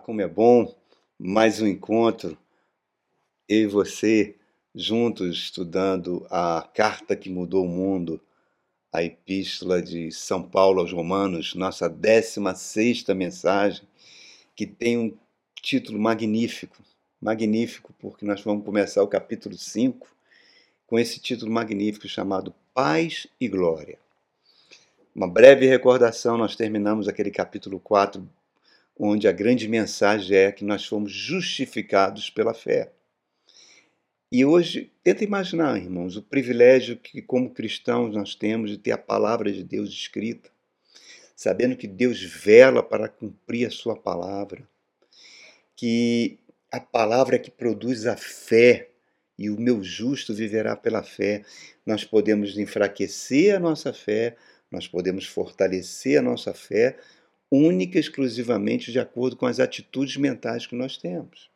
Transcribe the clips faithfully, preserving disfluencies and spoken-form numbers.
Como é bom mais um encontro, eu e você juntos estudando a carta que mudou o mundo, a Epístola de São Paulo aos Romanos, nossa décima sexta mensagem, que tem um título magnífico, magnífico porque nós vamos começar o capítulo cinco com esse título magnífico chamado Paz e Glória. Uma breve recordação, nós terminamos aquele capítulo quatro, onde a grande mensagem é que nós fomos justificados pela fé. E hoje, tenta imaginar, irmãos, o privilégio que, como cristãos, nós temos de ter a palavra de Deus escrita, sabendo que Deus vela para cumprir a sua palavra, que a palavra é que produz a fé, e o meu justo viverá pela fé. Nós podemos enfraquecer a nossa fé, nós podemos fortalecer a nossa fé, única e exclusivamente de acordo com as atitudes mentais que nós temos.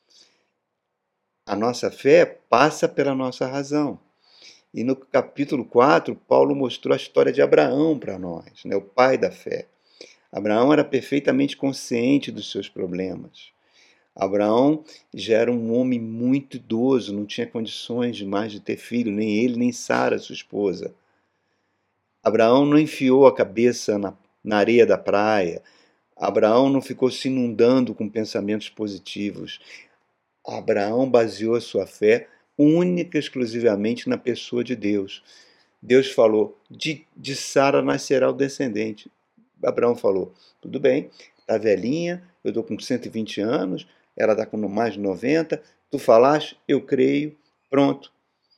A nossa fé passa pela nossa razão. E no capítulo quatro, Paulo mostrou a história de Abraão para nós, né? O pai da fé. Abraão era perfeitamente consciente dos seus problemas. Abraão já era um homem muito idoso, não tinha condições de mais de ter filho, nem ele, nem Sara, sua esposa. Abraão não enfiou a cabeça na, na areia da praia. Abraão não ficou se inundando com pensamentos positivos. Abraão baseou a sua fé única e exclusivamente na pessoa de Deus. Deus falou, de, de Sara nascerá o descendente. Abraão falou, tudo bem, está velhinha, eu estou com cento e vinte anos, ela está com mais de noventa, tu falaste, eu creio, pronto.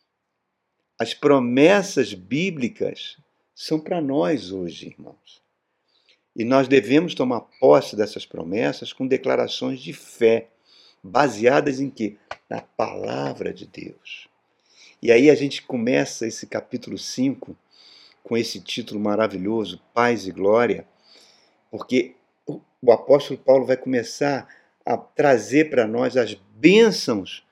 As promessas bíblicas são para nós hoje, irmãos. E nós devemos tomar posse dessas promessas com declarações de fé, baseadas em quê? Na palavra de Deus. E aí a gente começa esse capítulo cinco com esse título maravilhoso, Paz e Glória, porque o apóstolo Paulo vai começar a trazer para nós as bênçãos,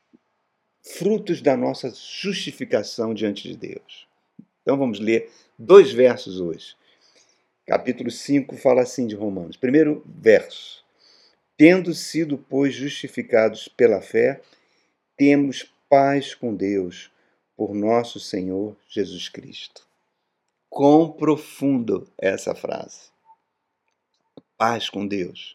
frutos da nossa justificação diante de Deus. Então vamos ler dois versos hoje. Capítulo cinco fala assim de Romanos. Primeiro verso. Tendo sido, pois, justificados pela fé, temos paz com Deus, por nosso Senhor Jesus Cristo. Quão profundo é essa frase. Paz com Deus.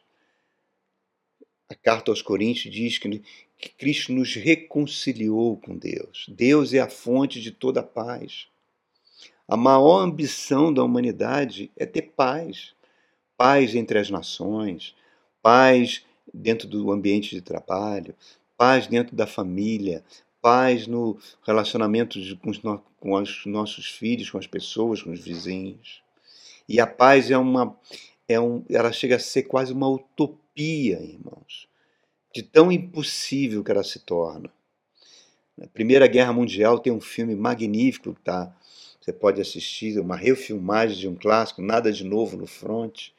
A carta aos Coríntios diz que, que Cristo nos reconciliou com Deus. Deus é a fonte de toda paz. A maior ambição da humanidade é ter paz. Paz entre as nações, paz dentro do ambiente de trabalho, paz dentro da família, paz no relacionamento com os, no, com os nossos filhos, com as pessoas, com os vizinhos. E a paz é uma, é um, ela chega a ser quase uma utopia, irmãos, de tão impossível que ela se torna. Na Primeira Guerra Mundial tem um filme magnífico que tá, você pode assistir, uma refilmagem de um clássico, Nada de Novo no Fronte.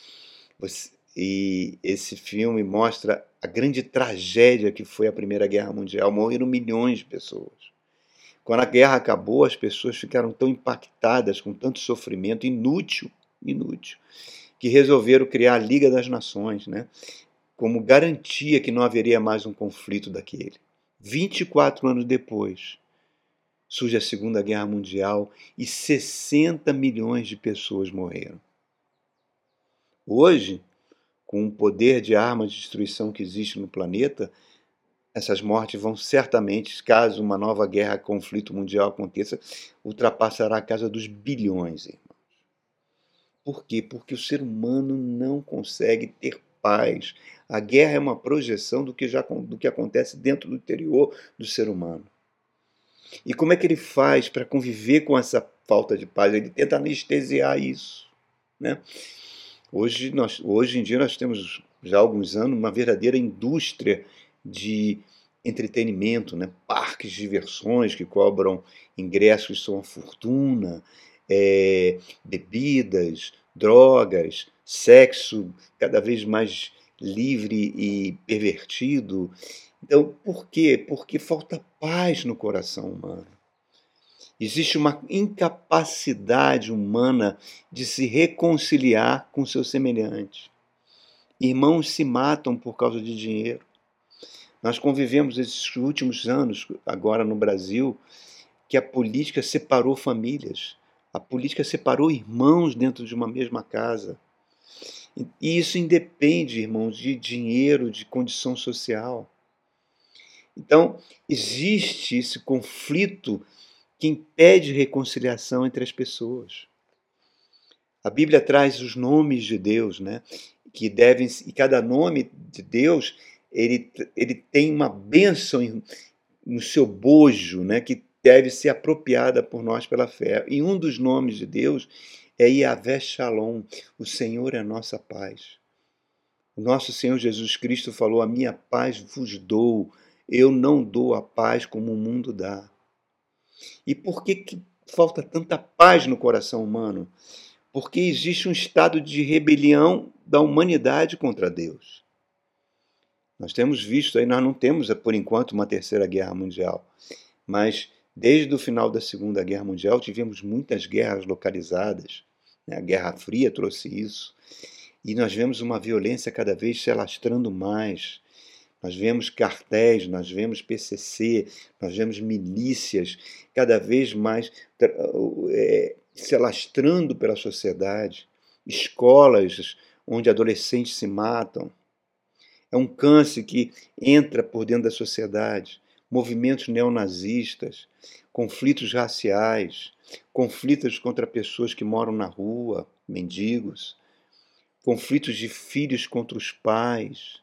E esse filme mostra a grande tragédia que foi a Primeira Guerra Mundial. Morreram milhões de pessoas. Quando a guerra acabou, as pessoas ficaram tão impactadas com tanto sofrimento inútil, inútil, que resolveram criar a Liga das Nações, né? Como garantia que não haveria mais um conflito daquele. vinte e quatro anos depois, surge a Segunda Guerra Mundial e sessenta milhões de pessoas morreram. Hoje, com o poder de armas de destruição que existe no planeta, essas mortes vão certamente, caso uma nova guerra, conflito mundial aconteça, ultrapassará a casa dos bilhões, irmãos. Por quê? Porque o ser humano não consegue ter paz. A guerra é uma projeção do que, já, do que acontece dentro do interior do ser humano. E como é que ele faz para conviver com essa falta de paz? Ele tenta anestesiar isso, né? Hoje, nós, hoje em dia nós temos já há alguns anos uma verdadeira indústria de entretenimento, né? Parques de diversões que cobram ingressos que são uma fortuna, é, bebidas, drogas, sexo cada vez mais livre e pervertido. Então, por quê? Porque falta paz no coração humano. Existe uma incapacidade humana de se reconciliar com seu semelhante. Irmãos se matam por causa de dinheiro. Nós convivemos esses últimos anos, agora no Brasil, que a política separou famílias. A política separou irmãos dentro de uma mesma casa. E isso independe, irmãos, de dinheiro, de condição social. Então, existe esse conflito que impede reconciliação entre as pessoas. A Bíblia traz os nomes de Deus, né? Que devem, e cada nome de Deus, ele, ele tem uma bênção no seu bojo, né? Que deve ser apropriada por nós pela fé. E um dos nomes de Deus é Yahvé Shalom, o Senhor é a nossa paz. O nosso Senhor Jesus Cristo falou: a minha paz vos dou, eu não dou a paz como o mundo dá. E por que, que falta tanta paz no coração humano? Porque existe um estado de rebelião da humanidade contra Deus. Nós temos visto aí, nós não temos, por enquanto, uma terceira guerra mundial, mas desde o final da Segunda Guerra Mundial tivemos muitas guerras localizadas, né? A Guerra Fria trouxe isso, e nós vemos uma violência cada vez se alastrando mais. Nós vemos cartéis, nós vemos P C C, nós vemos milícias cada vez mais é, se alastrando pela sociedade, escolas onde adolescentes se matam. É um câncer que entra por dentro da sociedade, movimentos neonazistas, conflitos raciais, conflitos contra pessoas que moram na rua, mendigos, conflitos de filhos contra os pais.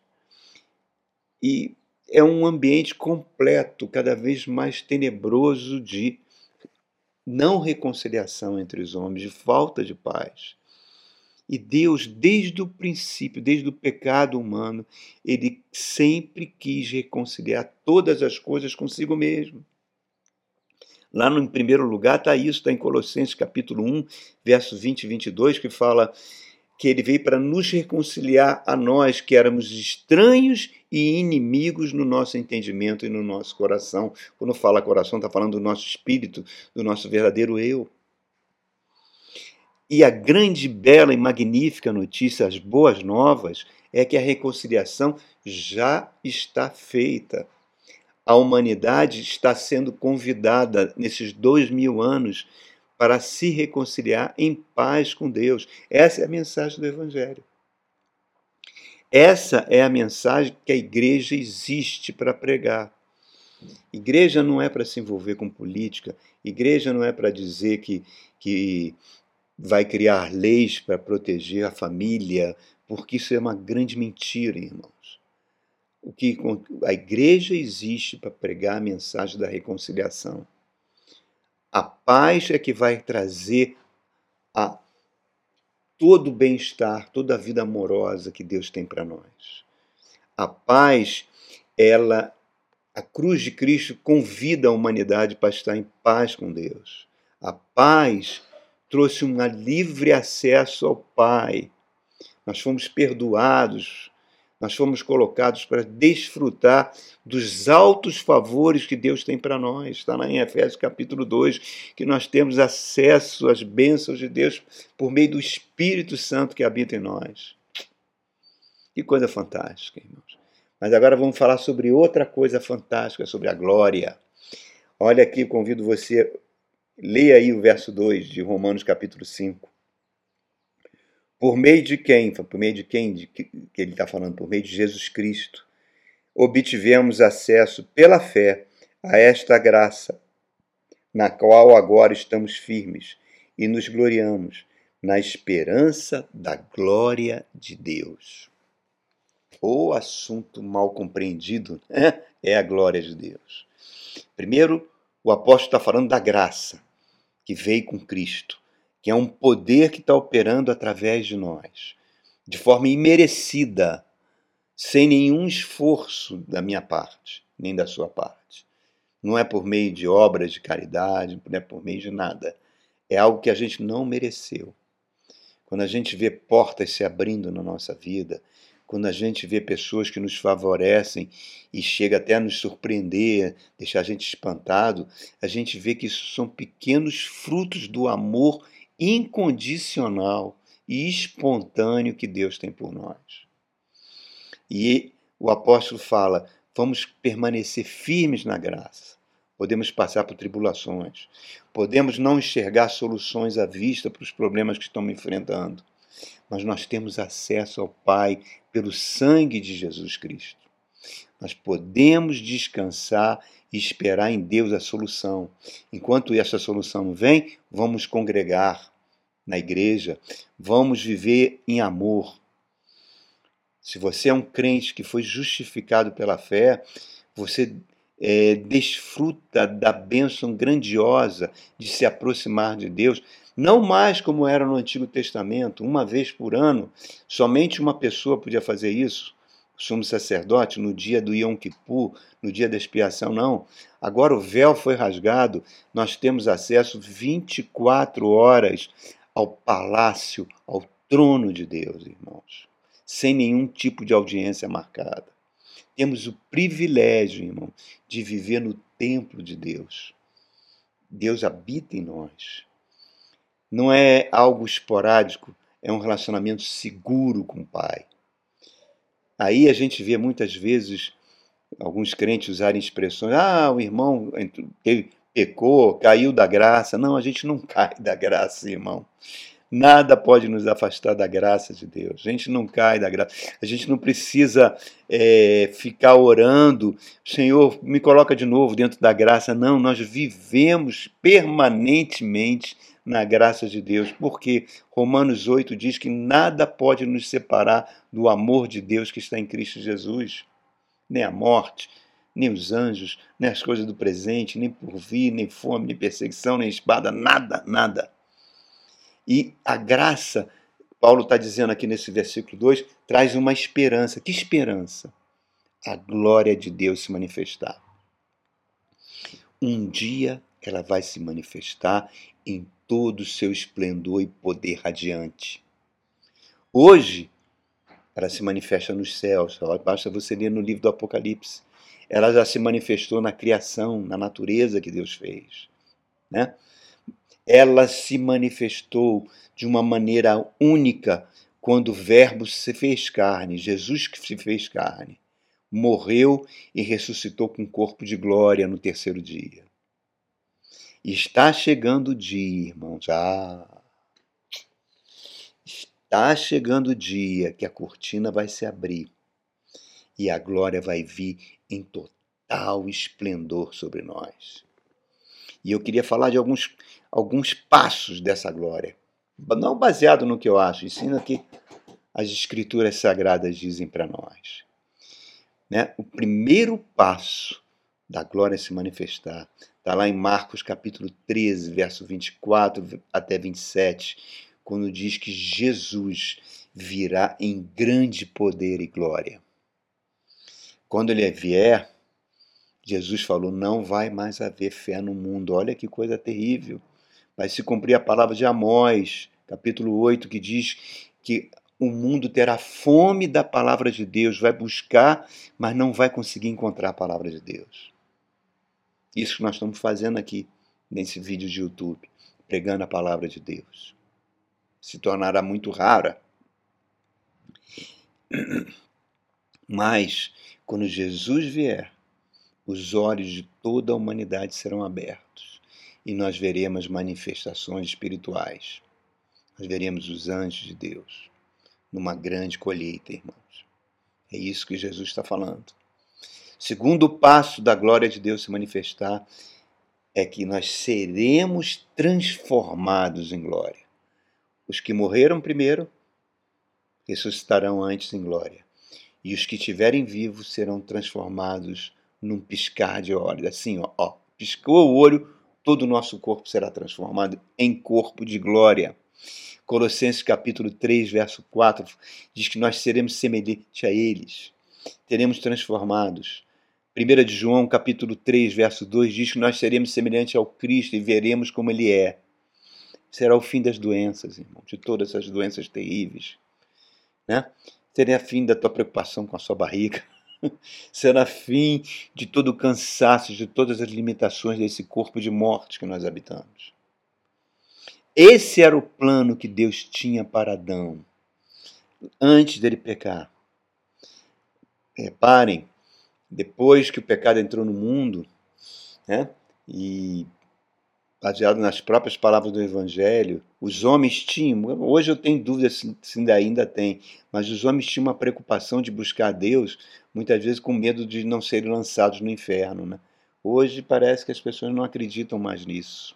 E é um ambiente completo, cada vez mais tenebroso de não reconciliação entre os homens, de falta de paz. E Deus, desde o princípio, desde o pecado humano, ele sempre quis reconciliar todas as coisas consigo mesmo. Lá no em primeiro lugar está isso, está em Colossenses capítulo um, versos vinte e vinte e dois, que fala que ele veio para nos reconciliar a nós, que éramos estranhos e inimigos no nosso entendimento e no nosso coração. Quando fala coração, está falando do nosso espírito, do nosso verdadeiro eu. E a grande, bela e magnífica notícia, as boas novas, é que a reconciliação já está feita. A humanidade está sendo convidada, nesses dois mil anos, para se reconciliar em paz com Deus. Essa é a mensagem do Evangelho. Essa é a mensagem que a igreja existe para pregar. Igreja não é para se envolver com política, igreja não é para dizer que, que vai criar leis para proteger a família, porque isso é uma grande mentira, irmãos. O que a igreja existe para pregar a mensagem da reconciliação. A paz é que vai trazer a todo o bem-estar, toda a vida amorosa que Deus tem para nós. A paz, ela, a cruz de Cristo convida a humanidade para estar em paz com Deus. A paz trouxe um livre acesso ao Pai. Nós fomos perdoados, nós fomos colocados para desfrutar dos altos favores que Deus tem para nós. Está lá em Efésios capítulo dois, que nós temos acesso às bênçãos de Deus por meio do Espírito Santo que habita em nós. Que coisa fantástica, irmãos. Mas agora vamos falar sobre outra coisa fantástica, sobre a glória. Olha aqui, convido você, leia aí o verso dois de Romanos capítulo cinco. Por meio de quem? Por meio de quem de que ele está falando? Por meio de Jesus Cristo. Obtivemos acesso pela fé a esta graça, na qual agora estamos firmes e nos gloriamos na esperança da glória de Deus. O assunto mal compreendido, né, é a glória de Deus. Primeiro, o apóstolo está falando da graça que veio com Cristo, que é um poder que está operando através de nós, de forma imerecida, sem nenhum esforço da minha parte, nem da sua parte. Não é por meio de obras de caridade, não é por meio de nada. É algo que a gente não mereceu. Quando a gente vê portas se abrindo na nossa vida, quando a gente vê pessoas que nos favorecem e chega até a nos surpreender, deixar a gente espantado, a gente vê que isso são pequenos frutos do amor incondicional e espontâneo que Deus tem por nós. E o apóstolo fala, vamos permanecer firmes na graça. Podemos passar por tribulações. Podemos não enxergar soluções à vista para os problemas que estamos enfrentando. Mas nós temos acesso ao Pai pelo sangue de Jesus Cristo. Nós podemos descansar e esperar em Deus a solução. Enquanto essa solução não vem, vamos congregar na igreja, vamos viver em amor. Se você é um crente que foi justificado pela fé, você é, desfruta da bênção grandiosa de se aproximar de Deus, não mais como era no Antigo Testamento, uma vez por ano, somente uma pessoa podia fazer isso, o sumo sacerdote, no dia do Yom Kippur, no dia da expiação, não. Agora o véu foi rasgado, nós temos acesso vinte e quatro horas ao palácio, ao trono de Deus, irmãos, sem nenhum tipo de audiência marcada. Temos o privilégio, irmão, de viver no templo de Deus. Deus habita em nós. Não é algo esporádico, é um relacionamento seguro com o Pai. Aí a gente vê muitas vezes alguns crentes usarem expressões, ah, o irmão pecou, caiu da graça. Não, a gente não cai da graça, irmão. Nada pode nos afastar da graça de Deus. A gente não cai da graça. A gente não precisa é, ficar orando, Senhor, me coloca de novo dentro da graça. Não, nós vivemos permanentemente na graça de Deus, porque Romanos oito diz que nada pode nos separar do amor de Deus que está em Cristo Jesus. Nem a morte, nem os anjos, nem as coisas do presente, nem por vir, nem fome, nem perseguição, nem espada, nada, nada. E a graça, Paulo está dizendo aqui nesse versículo dois, traz uma esperança. Que esperança? A glória de Deus se manifestar. Um dia ela vai se manifestar em todo o seu esplendor e poder radiante. Hoje, ela se manifesta nos céus, basta você ler no livro do Apocalipse. Ela já se manifestou na criação, na natureza que Deus fez, né? Ela se manifestou de uma maneira única quando o Verbo se fez carne, Jesus que se fez carne, morreu e ressuscitou com um corpo de glória no terceiro dia. E está chegando o dia, irmãos, ah, está chegando o dia que a cortina vai se abrir e a glória vai vir em total esplendor sobre nós. E eu queria falar de alguns, alguns passos dessa glória. Não baseado no que eu acho, ensina que as escrituras sagradas dizem para nós. Né? O primeiro passo da glória se manifestar está lá em Marcos capítulo treze, verso vinte e quatro até vinte e sete, quando diz que Jesus virá em grande poder e glória. Quando ele vier, Jesus falou, não vai mais haver fé no mundo. Olha que coisa terrível. Vai se cumprir a palavra de Amós, capítulo oito, que diz que o mundo terá fome da palavra de Deus, vai buscar, mas não vai conseguir encontrar a palavra de Deus. Isso que nós estamos fazendo aqui, nesse vídeo de YouTube, pregando a palavra de Deus. Se tornará muito rara. Mas, quando Jesus vier, os olhos de toda a humanidade serão abertos e nós veremos manifestações espirituais. Nós veremos os anjos de Deus numa grande colheita, irmãos. É isso que Jesus está falando. Segundo passo da glória de Deus se manifestar é que nós seremos transformados em glória. Os que morreram primeiro ressuscitarão antes em glória. E os que estiverem vivos serão transformados num piscar de olhos. Assim, ó, ó, piscou o olho, todo o nosso corpo será transformado em corpo de glória. Colossenses capítulo três, verso quatro, diz que nós seremos semelhantes a eles. Teremos transformados. primeira de João capítulo três, verso dois, diz que nós seremos semelhantes ao Cristo e veremos como Ele é. Será o fim das doenças, irmão, de todas as doenças terríveis. Né? Será o fim da tua preocupação com a sua barriga. Será fim de todo o cansaço, de todas as limitações desse corpo de morte que nós habitamos. Esse era o plano que Deus tinha para Adão, antes dele pecar. Reparem, depois que o pecado entrou no mundo, né, e baseado nas próprias palavras do Evangelho, os homens tinham, hoje eu tenho dúvida se, se ainda tem, mas os homens tinham uma preocupação de buscar a Deus, muitas vezes com medo de não serem lançados no inferno, né? Hoje parece que as pessoas não acreditam mais nisso.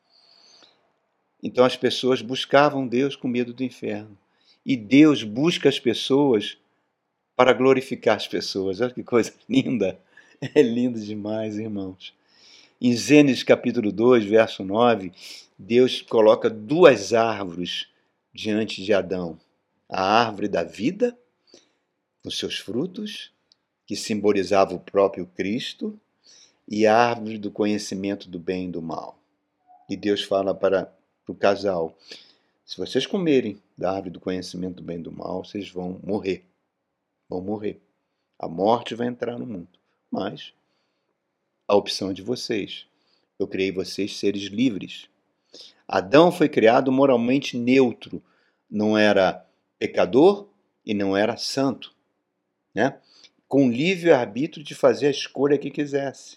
Então as pessoas buscavam Deus com medo do inferno. E Deus busca as pessoas para glorificar as pessoas. Olha que coisa linda! É lindo demais, irmãos. Em Gênesis capítulo dois, verso nove, Deus coloca duas árvores diante de Adão. A árvore da vida, com seus frutos, que simbolizava o próprio Cristo, e a árvore do conhecimento do bem e do mal. E Deus fala para o casal, se vocês comerem da árvore do conhecimento do bem e do mal, vocês vão morrer. Vão morrer. A morte vai entrar no mundo. Mas a opção é de vocês. Eu criei vocês seres livres. Adão foi criado moralmente neutro. Não era pecador e não era santo, né? Com livre-arbítrio de fazer a escolha que quisesse.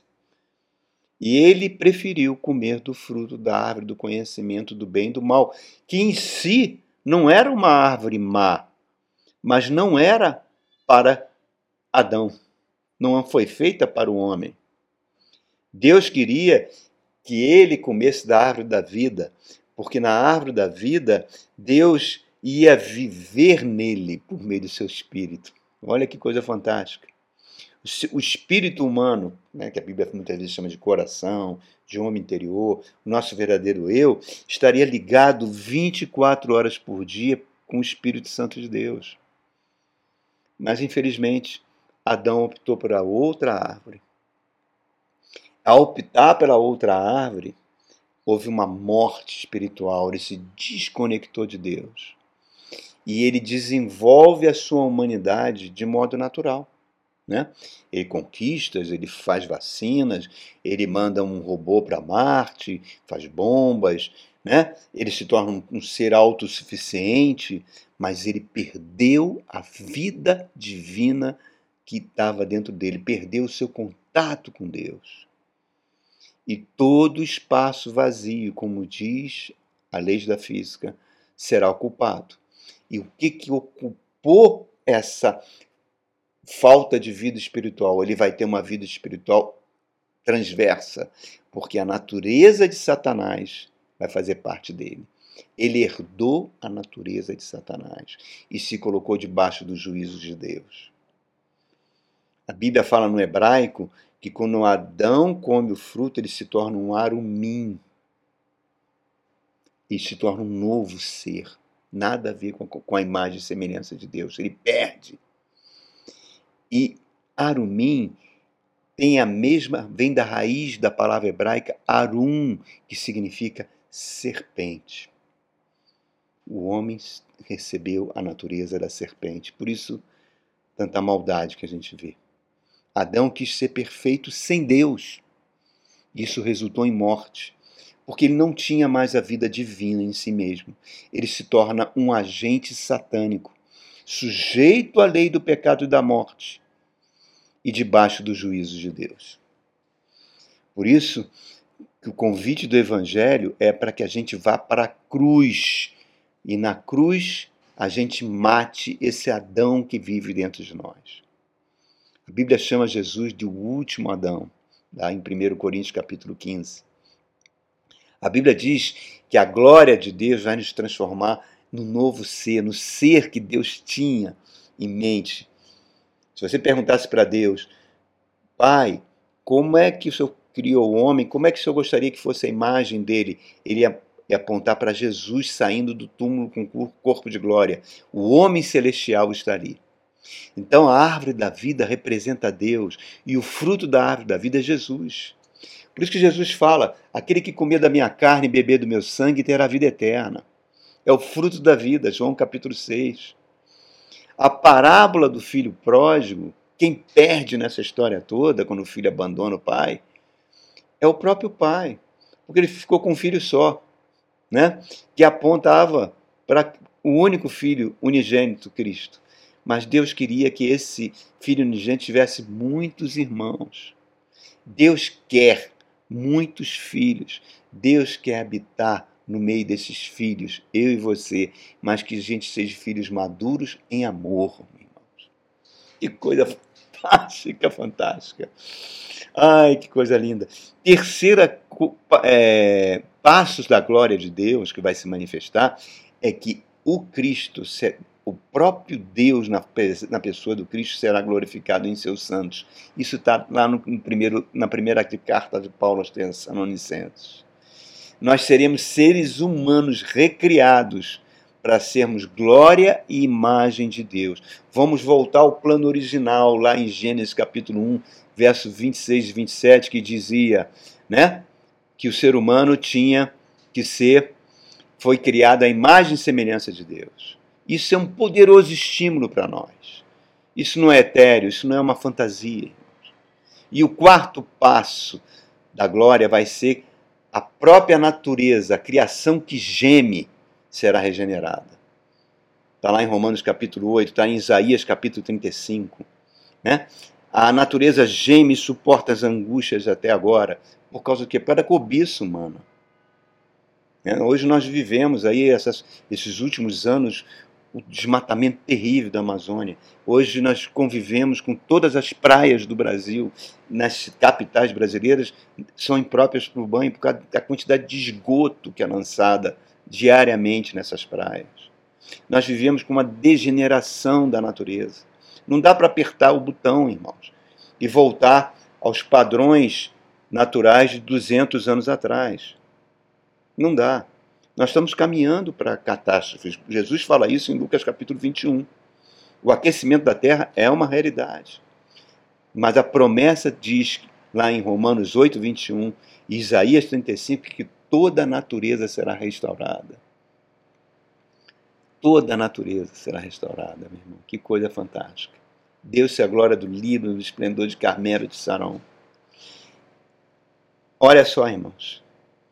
E ele preferiu comer do fruto da árvore do conhecimento do bem e do mal, que em si não era uma árvore má, mas não era para Adão. Não foi feita para o homem. Deus queria que ele comesse da árvore da vida, porque na árvore da vida Deus ia viver nele por meio do seu espírito. Olha que coisa fantástica. O espírito humano, né, que a Bíblia muitas vezes chama de coração, de homem interior, o nosso verdadeiro eu, estaria ligado vinte e quatro horas por dia com o Espírito Santo de Deus. Mas, infelizmente, Adão optou por outra árvore. Ao optar pela outra árvore, houve uma morte espiritual, ele se desconectou de Deus. E ele desenvolve a sua humanidade de modo natural. Né? Ele conquista, ele faz vacinas, ele manda um robô para Marte, faz bombas, né? Ele se torna um, um ser autossuficiente, mas ele perdeu a vida divina que estava dentro dele, perdeu o seu contato com Deus. E todo espaço vazio, como diz a lei da física, será ocupado. E o que, que ocupou essa falta de vida espiritual? Ele vai ter uma vida espiritual transversa, porque a natureza de Satanás vai fazer parte dele. Ele herdou a natureza de Satanás e se colocou debaixo dos juízos de Deus. A Bíblia fala no hebraico que quando Adão come o fruto, ele se torna um arumim. E se torna um novo ser. Nada a ver com, com a imagem e semelhança de Deus. Ele perde. E arumim tem a mesma, vem da raiz da palavra hebraica arum, que significa serpente. O homem recebeu a natureza da serpente. Por isso, tanta maldade que a gente vê. Adão quis ser perfeito sem Deus. Isso resultou em morte, porque ele não tinha mais a vida divina em si mesmo. Ele se torna um agente satânico, sujeito à lei do pecado e da morte, e debaixo dos juízos de Deus. Por isso, que o convite do Evangelho é para que a gente vá para a cruz, e na cruz a gente mate esse Adão que vive dentro de nós. A Bíblia chama Jesus de o último Adão, lá em primeiro Coríntios capítulo quinze. A Bíblia diz que a glória de Deus vai nos transformar no novo ser, no ser que Deus tinha em mente. Se você perguntasse para Deus, Pai, como é que o Senhor criou o homem, como é que o Senhor gostaria que fosse a imagem dele? Ele ia, ia apontar para Jesus saindo do túmulo com o corpo de glória. O homem celestial está ali. Então a árvore da vida representa Deus e o fruto da árvore da vida é Jesus. Por isso que Jesus fala, aquele que comer da minha carne e beber do meu sangue terá vida eterna. É o fruto da vida, João capítulo seis. A parábola do filho pródigo, quem perde nessa história toda, quando o filho abandona o pai, é o próprio pai, porque ele ficou com um filho só, né? Que apontava para o único filho unigênito, Cristo. Mas Deus queria que esse filho unigênito tivesse muitos irmãos. Deus quer muitos filhos. Deus quer habitar no meio desses filhos, eu e você, mas que a gente seja filhos maduros em amor, irmãos. Que coisa fantástica, fantástica. Ai, que coisa linda. Terceira, é, passos da glória de Deus que vai se manifestar é que o Cristo, o próprio Deus na, na pessoa do Cristo será glorificado em seus santos. Isso está lá no, no primeiro, na primeira carta de Paulo aos Tessalonicenses. Nós seremos seres humanos recriados para sermos glória e imagem de Deus. Vamos voltar ao plano original, lá em Gênesis capítulo um, verso vinte e seis e vinte e sete, que dizia, né, que o ser humano tinha que ser, foi criado à imagem e semelhança de Deus. Isso é um poderoso estímulo para nós. Isso não é etéreo, isso não é uma fantasia. E o quarto passo da glória vai ser a própria natureza, a criação que geme, será regenerada. Está lá em Romanos capítulo oito, está em Isaías capítulo trinta e cinco. Né? A natureza geme e suporta as angústias até agora, por causa do quê? Por causa da cobiça humana. Né? Hoje nós vivemos aí essas, esses últimos anos o desmatamento terrível da Amazônia. Hoje nós convivemos com todas as praias do Brasil, nas capitais brasileiras, são impróprias para o banho por causa da quantidade de esgoto que é lançada diariamente nessas praias. Nós vivemos com uma degeneração da natureza. Não dá para apertar o botão, irmãos, e voltar aos padrões naturais de duzentos anos atrás. Não dá. Nós estamos caminhando para catástrofes. Jesus fala isso em Lucas capítulo vinte e um. O aquecimento da terra é uma realidade. Mas a promessa diz, lá em Romanos oito, vinte e um, e Isaías trinta e cinco, que toda a natureza será restaurada. Toda a natureza será restaurada, meu irmão. Que coisa fantástica. Deus-se a glória do Líbano, do esplendor de Carmelo de Sarão. Olha só, irmãos.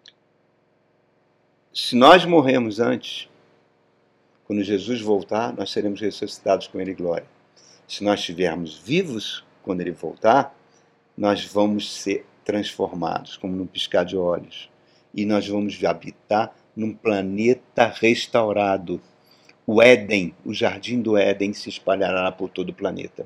Se nós morrermos antes, quando Jesus voltar, nós seremos ressuscitados com Ele em glória. Se nós estivermos vivos, quando Ele voltar, nós vamos ser transformados, como num piscar de olhos. E nós vamos habitar num planeta restaurado. O Éden, o jardim do Éden, se espalhará por todo o planeta.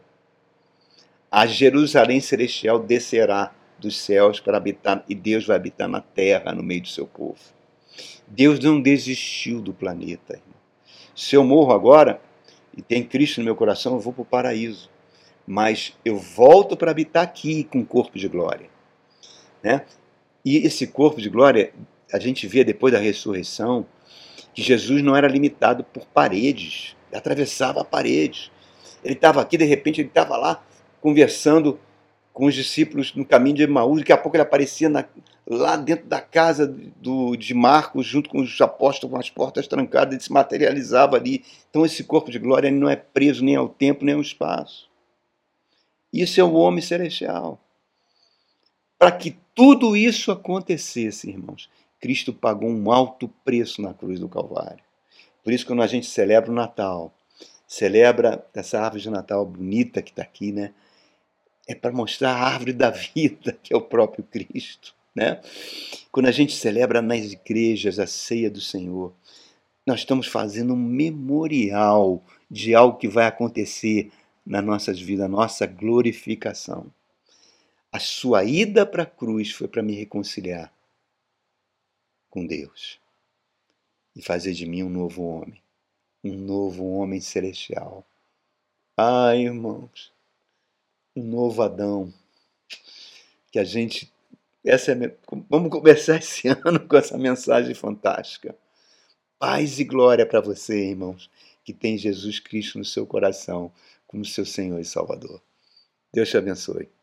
A Jerusalém celestial descerá dos céus para habitar, e Deus vai habitar na terra, no meio do seu povo. Deus não desistiu do planeta, irmão. Se eu morro agora e tem Cristo no meu coração, eu vou para o paraíso. Mas eu volto para habitar aqui com corpo de glória. Né? E esse corpo de glória, a gente vê depois da ressurreição, que Jesus não era limitado por paredes, ele atravessava paredes. Ele estava aqui, de repente ele estava lá conversando com os discípulos no caminho de Emaús, daqui a pouco ele aparecia na, lá dentro da casa do, de Marcos, junto com os apóstolos, com as portas trancadas, ele se materializava ali. Então esse corpo de glória ele não é preso nem ao tempo, nem ao espaço. Isso é o homem celestial. Para que tudo isso acontecesse, irmãos, Cristo pagou um alto preço na cruz do Calvário. Por isso, quando a gente celebra o Natal, celebra essa árvore de Natal bonita que está aqui, né? É para mostrar a árvore da vida, que é o próprio Cristo. Né? Quando a gente celebra nas igrejas a ceia do Senhor, nós estamos fazendo um memorial de algo que vai acontecer nas nossas vidas, a nossa glorificação. A sua ida para a cruz foi para me reconciliar com Deus e fazer de mim um novo homem, um novo homem celestial. Ai, irmãos, um novo Adão, que a gente, essa é, vamos começar esse ano com essa mensagem fantástica. Paz e glória para você, irmãos, que tem Jesus Cristo no seu coração como seu Senhor e Salvador. Deus te abençoe.